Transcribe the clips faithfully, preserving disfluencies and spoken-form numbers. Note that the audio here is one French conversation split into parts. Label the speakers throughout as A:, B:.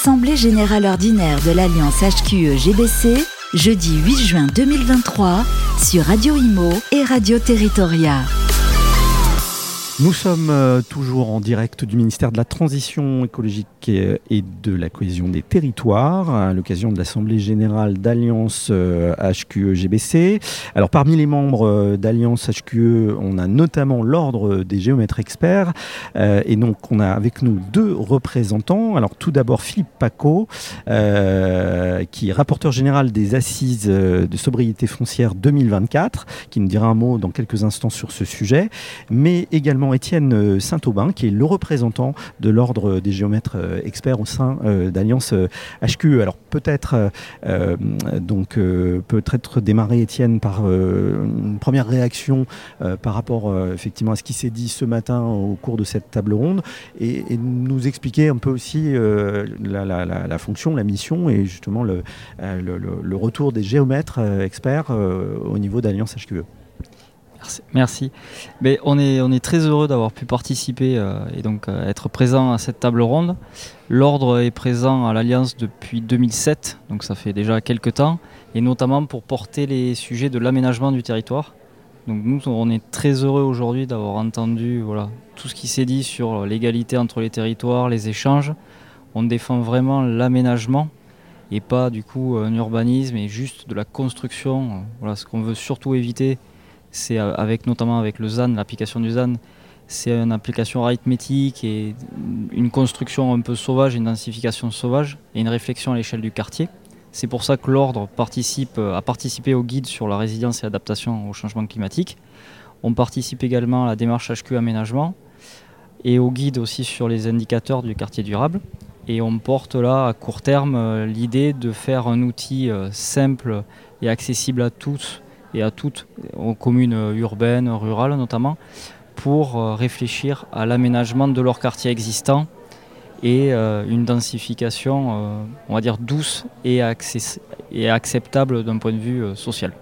A: Assemblée générale ordinaire de l'Alliance H Q E G B C, jeudi huit juin deux mille vingt-trois, sur Radio Imo et Radio Territoria.
B: Nous sommes euh, toujours en direct du ministère de la Transition écologique et, et de la cohésion des territoires, à l'occasion de l'Assemblée générale d'Alliance euh, H Q E G B C. Alors parmi les membres euh, d'Alliance H Q E, on a notamment l'Ordre des géomètres experts, euh, et donc on a avec nous deux représentants. Alors tout d'abord Philippe Pacaud, euh, qui est rapporteur général des Assises de sobriété foncière deux mille vingt-quatre, qui nous dira un mot dans quelques instants sur ce sujet, mais également Étienne Saint-Aubin, qui est le représentant de l'Ordre des géomètres experts au sein euh, d'Alliance H Q E. Alors peut-être euh, donc euh, peut-être démarrer, Étienne, par euh, une première réaction euh, par rapport euh, effectivement à ce qui s'est dit ce matin au cours de cette table ronde, et, et nous expliquer un peu aussi euh, la, la, la, la fonction, la mission et justement le, euh, le, le retour des géomètres euh, experts euh, au niveau d'Alliance H Q E.
C: Merci. Merci. Mais on est, on est très heureux d'avoir pu participer euh, et donc euh, être présent à cette table ronde. L'Ordre est présent à l'Alliance depuis deux mille sept, donc ça fait déjà quelques temps, et notamment pour porter les sujets de l'aménagement du territoire. Donc nous, on est très heureux aujourd'hui d'avoir entendu voilà, tout ce qui s'est dit sur l'égalité entre les territoires, les échanges. On défend vraiment l'aménagement et pas du coup un urbanisme et juste de la construction. Voilà, ce qu'on veut surtout éviter, c'est avec, notamment avec le Z A N, l'application du Z A N, c'est une application arithmétique et une construction un peu sauvage, une densification sauvage et une réflexion à l'échelle du quartier. C'est pour ça que l'Ordre participe, a participé au guide sur la résilience et l'adaptation au changement climatique. On participe également à la démarche H Q Aménagement et au guide aussi sur les indicateurs du quartier durable. Et on porte là à court terme l'idée de faire un outil simple et accessible à tous et à toutes, aux communes urbaines, rurales notamment, pour euh, réfléchir à l'aménagement de leur quartier existant et euh, une densification, euh, on va dire, douce et, access- et acceptable d'un point de vue euh, social.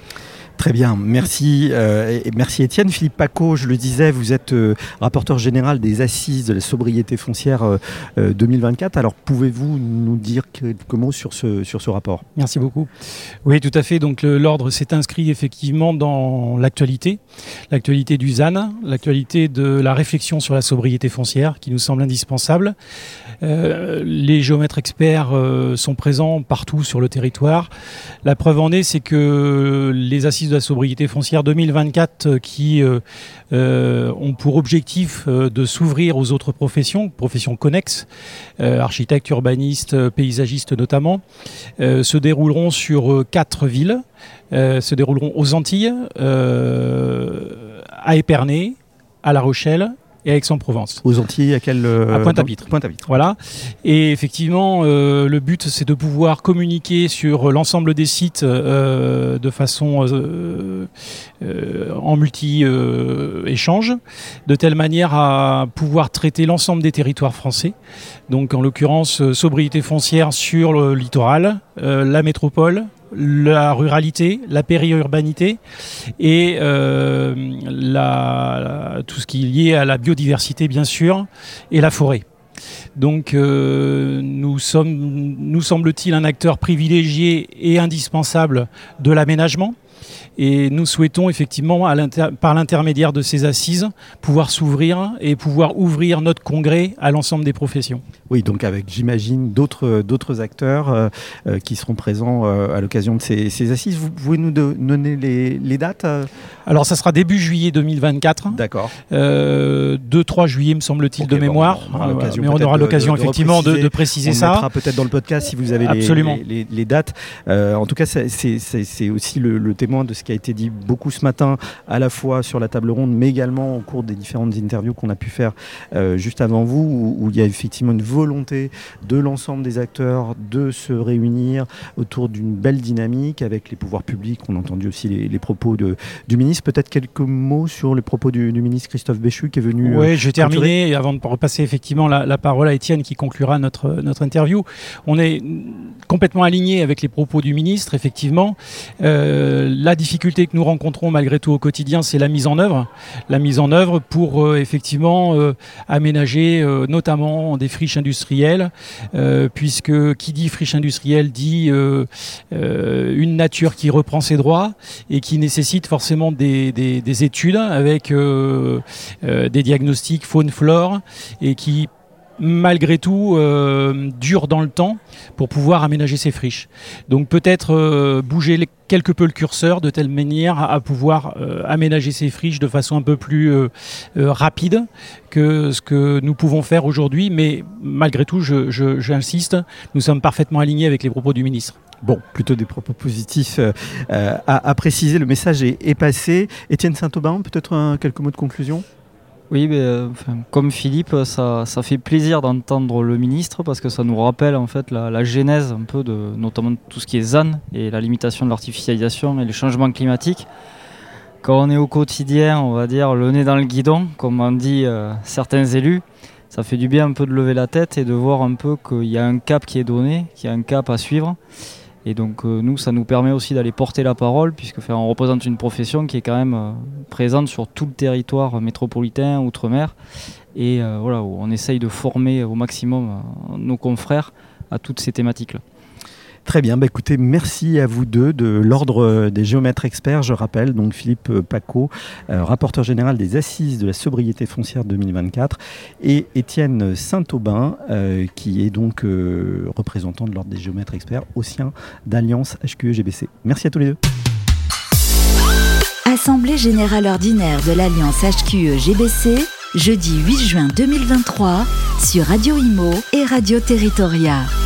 B: Très bien, merci, euh, et merci Étienne. Philippe Pacaud, je le disais, vous êtes euh, rapporteur général des Assises de la sobriété foncière euh, euh, deux mille vingt-quatre. Alors pouvez-vous nous dire quelques mots sur ce, sur ce rapport ?
D: Merci beaucoup. Oui, tout à fait. Donc le, l'Ordre s'est inscrit effectivement dans l'actualité, l'actualité du Z A N, l'actualité de la réflexion sur la sobriété foncière qui nous semble indispensable. Euh, les géomètres experts euh, sont présents partout sur le territoire. La preuve en est, c'est que les Assises de la sobriété foncière deux mille vingt-quatre euh, qui euh, euh, ont pour objectif euh, de s'ouvrir aux autres professions, professions connexes, euh, architectes, urbanistes, euh, paysagistes notamment, euh, se dérouleront sur euh, quatre villes, euh, se dérouleront aux Antilles, euh, à Épernay, à La Rochelle et à Aix-en-Provence.
B: Aux Antilles, à quel euh,
D: à Pointe-à-Pitre.
B: Pointe-à-Pitre.
D: Voilà. Et effectivement, euh, le but, c'est de pouvoir communiquer sur l'ensemble des sites euh, de façon euh, euh, en multi-échange, euh, de telle manière à pouvoir traiter l'ensemble des territoires français. Donc, en l'occurrence, euh, sobriété foncière sur le littoral, euh, la métropole, la ruralité, la périurbanité et euh, la, la, tout ce qui est lié à la biodiversité bien sûr et la forêt. Donc euh, nous sommes, nous semble-t-il, un acteur privilégié et indispensable de l'aménagement. Et nous souhaitons effectivement, à l'inter- par l'intermédiaire de ces assises, pouvoir s'ouvrir et pouvoir ouvrir notre congrès à l'ensemble des professions.
B: Oui, donc avec, j'imagine, d'autres, d'autres acteurs euh, euh, qui seront présents euh, à l'occasion de ces, ces assises. Vous pouvez nous de, donner les, les dates euh
D: Alors, ça sera début juillet deux mille vingt-quatre.
B: D'accord.
D: Euh, deux trois juillet, me semble-t-il,
B: okay,
D: de mémoire.
B: Bon, on aura
D: voilà. Mais on aura l'occasion, de, de, effectivement, de, de préciser
B: on
D: ça.
B: On mettra peut-être dans le podcast si vous avez les, les, les, les dates. Euh, en tout cas, c'est, c'est, c'est, c'est aussi le, le témoin de ce qui a été dit beaucoup ce matin, à la fois sur la table ronde, mais également au cours des différentes interviews qu'on a pu faire euh, juste avant vous, où, où il y a effectivement une volonté de l'ensemble des acteurs de se réunir autour d'une belle dynamique avec les pouvoirs publics. On a entendu aussi les, les propos de, du ministre. Peut-être quelques mots sur les propos du, du ministre Christophe Béchu qui est venu...
D: Oui,
B: euh,
D: je vais terminer avant de repasser effectivement la, la parole à Étienne qui conclura notre, notre interview. On est complètement aligné avec les propos du ministre, effectivement. Euh, la difficulté difficulté que nous rencontrons malgré tout au quotidien, c'est la mise en œuvre. La mise en œuvre pour euh, effectivement euh, aménager euh, notamment des friches industrielles, euh, puisque qui dit friche industrielle dit euh, euh, une nature qui reprend ses droits et qui nécessite forcément des, des, des études avec euh, euh, des diagnostics faune-flore et qui malgré tout euh, dure dans le temps pour pouvoir aménager ces friches. Donc peut-être euh, bouger les, quelque peu le curseur de telle manière à, à pouvoir euh, aménager ces friches de façon un peu plus euh, euh, rapide que ce que nous pouvons faire aujourd'hui. Mais malgré tout, je, je, j'insiste, nous sommes parfaitement alignés avec les propos du ministre.
B: Bon, plutôt des propos positifs euh, à, à préciser, le message est, est passé. Étienne Saint-Aubin, peut-être un, quelques mots de conclusion ?
C: Oui, mais, euh, enfin, comme Philippe, ça, ça fait plaisir d'entendre le ministre parce que ça nous rappelle en fait la, la genèse un peu de notamment tout ce qui est Z A N et la limitation de l'artificialisation et les changements climatiques. Quand on est au quotidien, on va dire le nez dans le guidon, comme on dit euh, certains élus, ça fait du bien un peu de lever la tête et de voir un peu qu'il y a un cap qui est donné, qu'il y a un cap à suivre. Et donc euh, nous, ça nous permet aussi d'aller porter la parole, puisque enfin, on représente une profession qui est quand même euh, présente sur tout le territoire métropolitain, outre-mer, et euh, voilà, où on essaye de former au maximum euh, nos confrères à toutes ces thématiques-là.
B: Très bien, bah écoutez, merci à vous deux de l'Ordre des géomètres experts, je rappelle, donc Philippe Pacaud, euh, rapporteur général des Assises de la sobriété foncière deux mille vingt-quatre, et Étienne Saint-Aubin, euh, qui est donc euh, représentant de l'Ordre des géomètres experts au sein d'Alliance H Q E G B C. Merci à tous les deux.
A: Assemblée générale ordinaire de l'Alliance H Q E G B C, jeudi huit juin deux mille vingt-trois, sur Radio Imo et Radio Territoria.